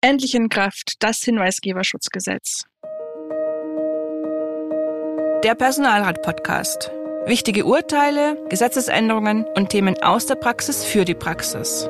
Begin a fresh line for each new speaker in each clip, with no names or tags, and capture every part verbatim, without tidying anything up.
Endlich in Kraft, das Hinweisgeberschutzgesetz. Der Personalrat-Podcast. Wichtige Urteile, Gesetzesänderungen und Themen aus der Praxis für die Praxis.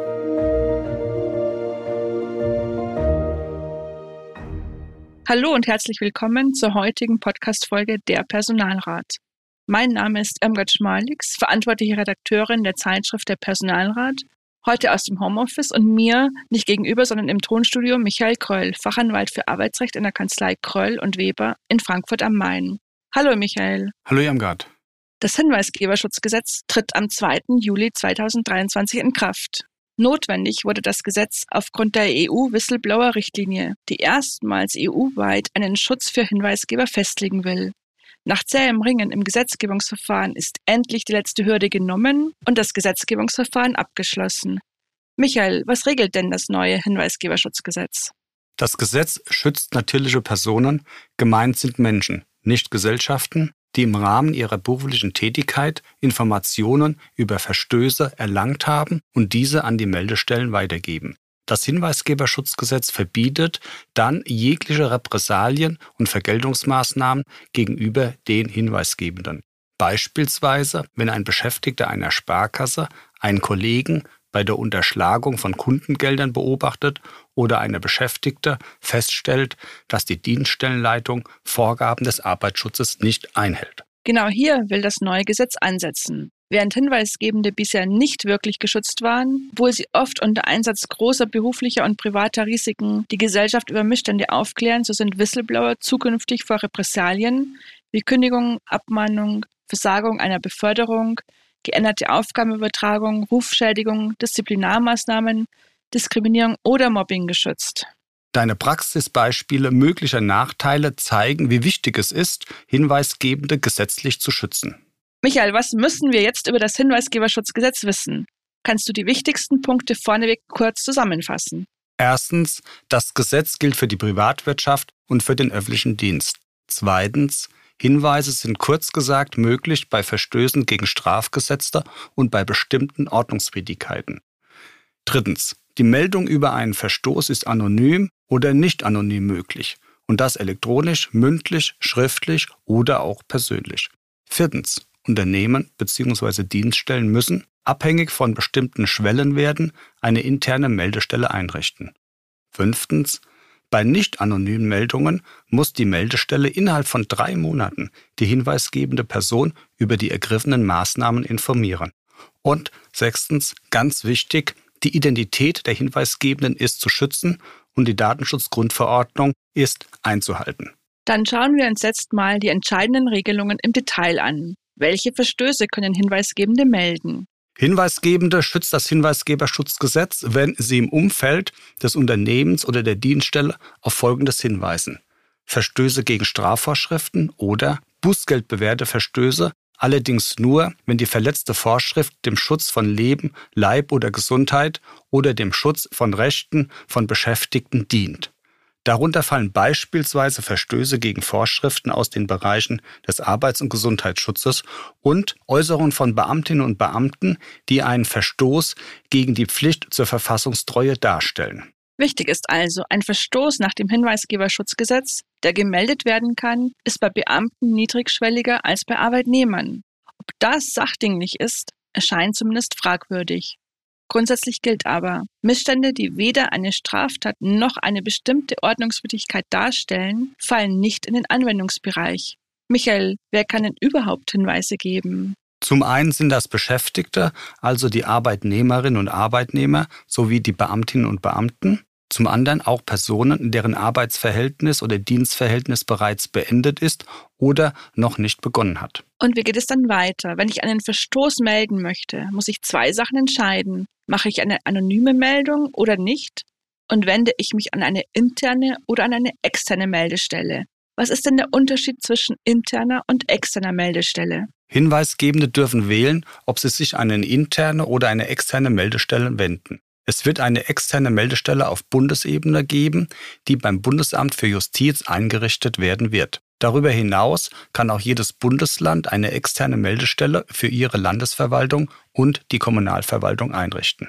Hallo und herzlich willkommen zur heutigen Podcast-Folge Der Personalrat. Mein Name ist Irmgard Schmalix, verantwortliche Redakteurin der Zeitschrift Der Personalrat, heute aus dem Homeoffice und mir nicht gegenüber, sondern im Tonstudio Michael Kröll, Fachanwalt für Arbeitsrecht in der Kanzlei Kröll und Weber in Frankfurt am Main. Hallo Michael.
Hallo Irmgard.
Das Hinweisgeberschutzgesetz tritt am zweiten Juli zweitausenddreiundzwanzig in Kraft. Notwendig wurde das Gesetz aufgrund der E U-Whistleblower-Richtlinie, die erstmals E U-weit einen Schutz für Hinweisgeber festlegen will. Nach zähem Ringen im Gesetzgebungsverfahren ist endlich die letzte Hürde genommen und das Gesetzgebungsverfahren abgeschlossen. Michael, was regelt denn das neue Hinweisgeberschutzgesetz?
Das Gesetz schützt natürliche Personen, gemeint sind Menschen, nicht Gesellschaften, die im Rahmen ihrer beruflichen Tätigkeit Informationen über Verstöße erlangt haben und diese an die Meldestellen weitergeben. Das Hinweisgeberschutzgesetz verbietet dann jegliche Repressalien und Vergeltungsmaßnahmen gegenüber den Hinweisgebenden. Beispielsweise, wenn ein Beschäftigter einer Sparkasse einen Kollegen bei der Unterschlagung von Kundengeldern beobachtet oder eine Beschäftigte feststellt, dass die Dienststellenleitung Vorgaben des Arbeitsschutzes nicht einhält.
Genau hier will das neue Gesetz ansetzen. Während Hinweisgebende bisher nicht wirklich geschützt waren, obwohl sie oft unter Einsatz großer beruflicher und privater Risiken die Gesellschaft über Missstände aufklären, so sind Whistleblower zukünftig vor Repressalien wie Kündigung, Abmahnung, Versagung einer Beförderung, geänderte Aufgabenübertragung, Rufschädigung, Disziplinarmaßnahmen, Diskriminierung oder Mobbing geschützt.
Deine Praxisbeispiele möglicher Nachteile zeigen, wie wichtig es ist, Hinweisgebende gesetzlich zu schützen.
Michael, was müssen wir jetzt über das Hinweisgeberschutzgesetz wissen? Kannst du die wichtigsten Punkte vorneweg kurz zusammenfassen?
Erstens, das Gesetz gilt für die Privatwirtschaft und für den öffentlichen Dienst. Zweitens, Hinweise sind kurz gesagt möglich bei Verstößen gegen Strafgesetze und bei bestimmten Ordnungswidrigkeiten. Drittens, die Meldung über einen Verstoß ist anonym oder nicht anonym möglich und das elektronisch, mündlich, schriftlich oder auch persönlich. Viertens, Unternehmen bzw. Dienststellen müssen, abhängig von bestimmten Schwellenwerten, eine interne Meldestelle einrichten. Fünftens, bei nicht anonymen Meldungen muss die Meldestelle innerhalb von drei Monaten die hinweisgebende Person über die ergriffenen Maßnahmen informieren. Und sechstens, ganz wichtig, die Identität der Hinweisgebenden ist zu schützen und die Datenschutzgrundverordnung ist einzuhalten.
Dann schauen wir uns jetzt mal die entscheidenden Regelungen im Detail an. Welche Verstöße können Hinweisgebende melden?
Hinweisgebende schützt das Hinweisgeberschutzgesetz, wenn sie im Umfeld des Unternehmens oder der Dienststelle auf Folgendes hinweisen: Verstöße gegen Strafvorschriften oder bußgeldbewährte Verstöße, allerdings nur, wenn die verletzte Vorschrift dem Schutz von Leben, Leib oder Gesundheit oder dem Schutz von Rechten von Beschäftigten dient. Darunter fallen beispielsweise Verstöße gegen Vorschriften aus den Bereichen des Arbeits- und Gesundheitsschutzes und Äußerungen von Beamtinnen und Beamten, die einen Verstoß gegen die Pflicht zur Verfassungstreue darstellen.
Wichtig ist also, ein Verstoß nach dem Hinweisgeberschutzgesetz, der gemeldet werden kann, ist bei Beamten niedrigschwelliger als bei Arbeitnehmern. Ob das sachdienlich ist, erscheint zumindest fragwürdig. Grundsätzlich gilt aber, Missstände, die weder eine Straftat noch eine bestimmte Ordnungswidrigkeit darstellen, fallen nicht in den Anwendungsbereich. Michael, wer kann denn überhaupt Hinweise geben?
Zum einen sind das Beschäftigte, also die Arbeitnehmerinnen und Arbeitnehmer sowie die Beamtinnen und Beamten. Zum anderen auch Personen, deren Arbeitsverhältnis oder Dienstverhältnis bereits beendet ist oder noch nicht begonnen hat.
Und wie geht es dann weiter? Wenn ich einen Verstoß melden möchte, muss ich zwei Sachen entscheiden. Mache ich eine anonyme Meldung oder nicht? Und wende ich mich an eine interne oder an eine externe Meldestelle? Was ist denn der Unterschied zwischen interner und externer Meldestelle?
Hinweisgebende dürfen wählen, ob sie sich an eine interne oder eine externe Meldestelle wenden. Es wird eine externe Meldestelle auf Bundesebene geben, die beim Bundesamt für Justiz eingerichtet werden wird. Darüber hinaus kann auch jedes Bundesland eine externe Meldestelle für ihre Landesverwaltung und die Kommunalverwaltung einrichten.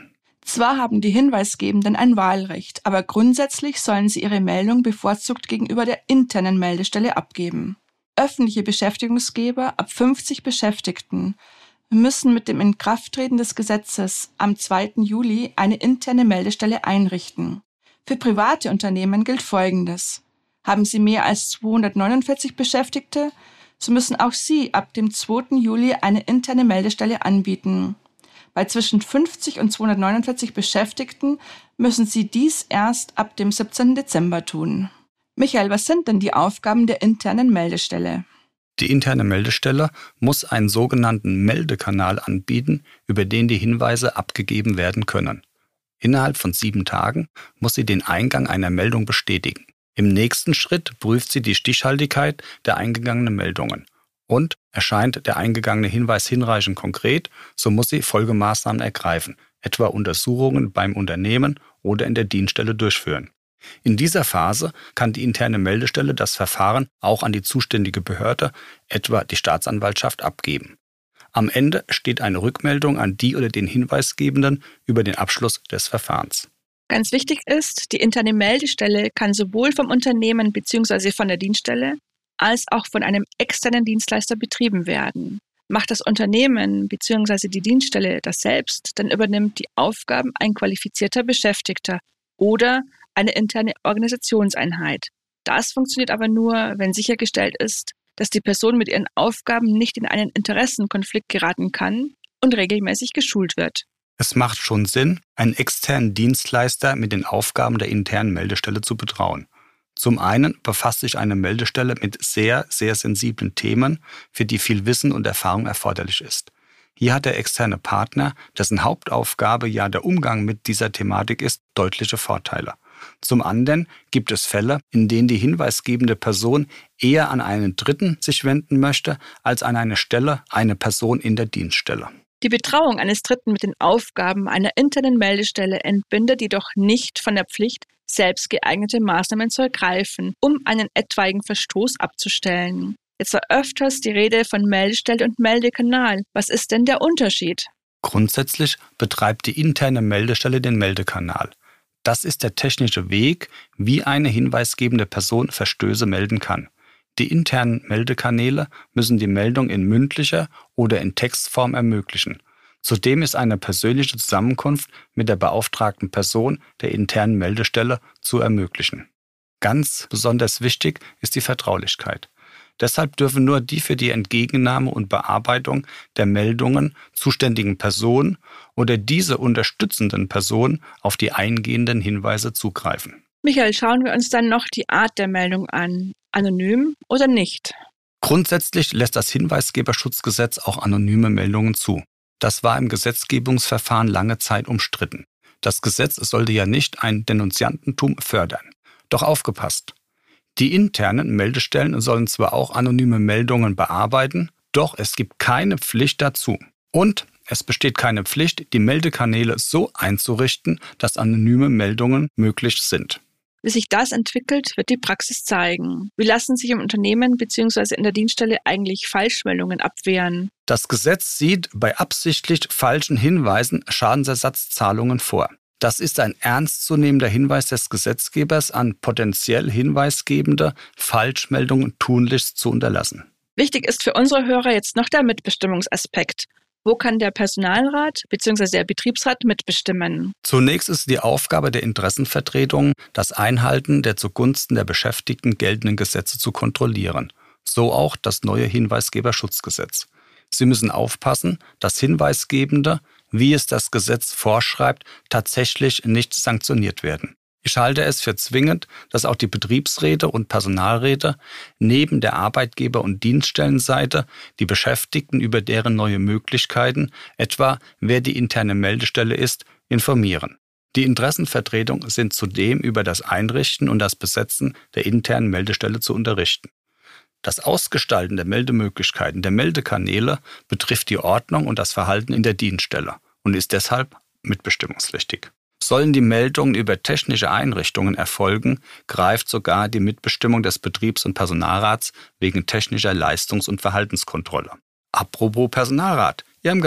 Zwar haben die Hinweisgebenden ein Wahlrecht, aber grundsätzlich sollen sie ihre Meldung bevorzugt gegenüber der internen Meldestelle abgeben. Öffentliche Beschäftigungsgeber ab fünfzig Beschäftigten müssen mit dem Inkrafttreten des Gesetzes am zweiten Juli eine interne Meldestelle einrichten. Für private Unternehmen gilt Folgendes. Haben sie mehr als zweihundertneunundvierzig Beschäftigte, so müssen auch sie ab dem zweiten Juli eine interne Meldestelle anbieten. Bei zwischen fünfzig und zweihundertneunundvierzig Beschäftigten müssen sie dies erst ab dem siebzehnten Dezember tun. Michael, was sind denn die Aufgaben der internen Meldestelle?
Die interne Meldestelle muss einen sogenannten Meldekanal anbieten, über den die Hinweise abgegeben werden können. Innerhalb von sieben Tagen muss sie den Eingang einer Meldung bestätigen. Im nächsten Schritt prüft sie die Stichhaltigkeit der eingegangenen Meldungen. Und erscheint der eingegangene Hinweis hinreichend konkret, so muss sie Folgemaßnahmen ergreifen, etwa Untersuchungen beim Unternehmen oder in der Dienststelle durchführen. In dieser Phase kann die interne Meldestelle das Verfahren auch an die zuständige Behörde, etwa die Staatsanwaltschaft, abgeben. Am Ende steht eine Rückmeldung an die oder den Hinweisgebenden über den Abschluss des Verfahrens.
Ganz wichtig ist, die interne Meldestelle kann sowohl vom Unternehmen bzw. von der Dienststelle als auch von einem externen Dienstleister betrieben werden. Macht das Unternehmen bzw. die Dienststelle das selbst, dann übernimmt die Aufgaben ein qualifizierter Beschäftigter oder eine interne Organisationseinheit. Das funktioniert aber nur, wenn sichergestellt ist, dass die Person mit ihren Aufgaben nicht in einen Interessenkonflikt geraten kann und regelmäßig geschult wird.
Es macht schon Sinn, einen externen Dienstleister mit den Aufgaben der internen Meldestelle zu betrauen. Zum einen befasst sich eine Meldestelle mit sehr, sehr sensiblen Themen, für die viel Wissen und Erfahrung erforderlich ist. Hier hat der externe Partner, dessen Hauptaufgabe ja der Umgang mit dieser Thematik ist, deutliche Vorteile. Zum anderen gibt es Fälle, in denen die hinweisgebende Person eher an einen Dritten sich wenden möchte, als an eine Stelle, eine Person in der Dienststelle.
Die Betrauung eines Dritten mit den Aufgaben einer internen Meldestelle entbindet jedoch nicht von der Pflicht, selbst geeignete Maßnahmen zu ergreifen, um einen etwaigen Verstoß abzustellen. Jetzt war öfters die Rede von Meldestelle und Meldekanal. Was ist denn der Unterschied?
Grundsätzlich betreibt die interne Meldestelle den Meldekanal. Das ist der technische Weg, wie eine hinweisgebende Person Verstöße melden kann. Die internen Meldekanäle müssen die Meldung in mündlicher oder in Textform ermöglichen. Zudem ist eine persönliche Zusammenkunft mit der beauftragten Person der internen Meldestelle zu ermöglichen. Ganz besonders wichtig ist die Vertraulichkeit. Deshalb dürfen nur die für die Entgegennahme und Bearbeitung der Meldungen zuständigen Personen oder diese unterstützenden Personen auf die eingehenden Hinweise zugreifen.
Michael, schauen wir uns dann noch die Art der Meldung an. Anonym oder nicht?
Grundsätzlich lässt das Hinweisgeberschutzgesetz auch anonyme Meldungen zu. Das war im Gesetzgebungsverfahren lange Zeit umstritten. Das Gesetz sollte ja nicht ein Denunziantentum fördern. Doch aufgepasst! Die internen Meldestellen sollen zwar auch anonyme Meldungen bearbeiten, doch es gibt keine Pflicht dazu. Und es besteht keine Pflicht, die Meldekanäle so einzurichten, dass anonyme Meldungen möglich sind.
Wie sich das entwickelt, wird die Praxis zeigen. Wie lassen sich im Unternehmen bzw. in der Dienststelle eigentlich Falschmeldungen abwehren?
Das Gesetz sieht bei absichtlich falschen Hinweisen Schadensersatzzahlungen vor. Das ist ein ernstzunehmender Hinweis des Gesetzgebers an potenziell Hinweisgebende, Falschmeldungen tunlichst zu unterlassen.
Wichtig ist für unsere Hörer jetzt noch der Mitbestimmungsaspekt. Wo kann der Personalrat bzw. der Betriebsrat mitbestimmen?
Zunächst ist die Aufgabe der Interessenvertretung, das Einhalten der zugunsten der Beschäftigten geltenden Gesetze zu kontrollieren. So auch das neue Hinweisgeberschutzgesetz. Sie müssen aufpassen, dass Hinweisgebende, wie es das Gesetz vorschreibt, tatsächlich nicht sanktioniert werden. Ich halte es für zwingend, dass auch die Betriebsräte und Personalräte neben der Arbeitgeber- und Dienststellenseite die Beschäftigten über deren neue Möglichkeiten, etwa wer die interne Meldestelle ist, informieren. Die Interessenvertretungen sind zudem über das Einrichten und das Besetzen der internen Meldestelle zu unterrichten. Das Ausgestalten der Meldemöglichkeiten der Meldekanäle betrifft die Ordnung und das Verhalten in der Dienststelle und ist deshalb mitbestimmungspflichtig. Sollen die Meldungen über technische Einrichtungen erfolgen, greift sogar die Mitbestimmung des Betriebs- und Personalrats wegen technischer Leistungs- und Verhaltenskontrolle. Apropos Personalrat, Irmgard,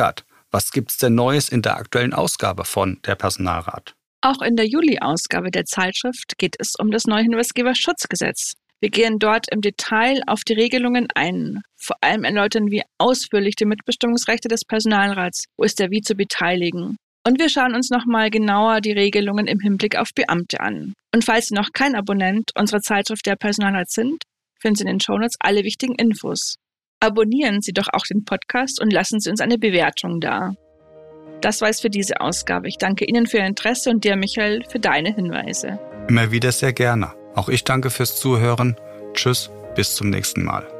Was gibt's denn Neues in der aktuellen Ausgabe von der Personalrat?
Auch in der Juli-Ausgabe der Zeitschrift geht es um das neue Hinweisgeberschutzgesetz. Wir gehen dort im Detail auf die Regelungen ein. Vor allem erläutern wir ausführlich die Mitbestimmungsrechte des Personalrats, wo ist der wie zu beteiligen. Und wir schauen uns nochmal genauer die Regelungen im Hinblick auf Beamte an. Und falls Sie noch kein Abonnent unserer Zeitschrift der Personalrat sind, finden Sie in den Shownotes alle wichtigen Infos. Abonnieren Sie doch auch den Podcast und lassen Sie uns eine Bewertung da. Das war es für diese Ausgabe. Ich danke Ihnen für Ihr Interesse und dir, Michael, für deine Hinweise.
Immer wieder sehr gerne. Auch ich danke fürs Zuhören. Tschüss, bis zum nächsten Mal.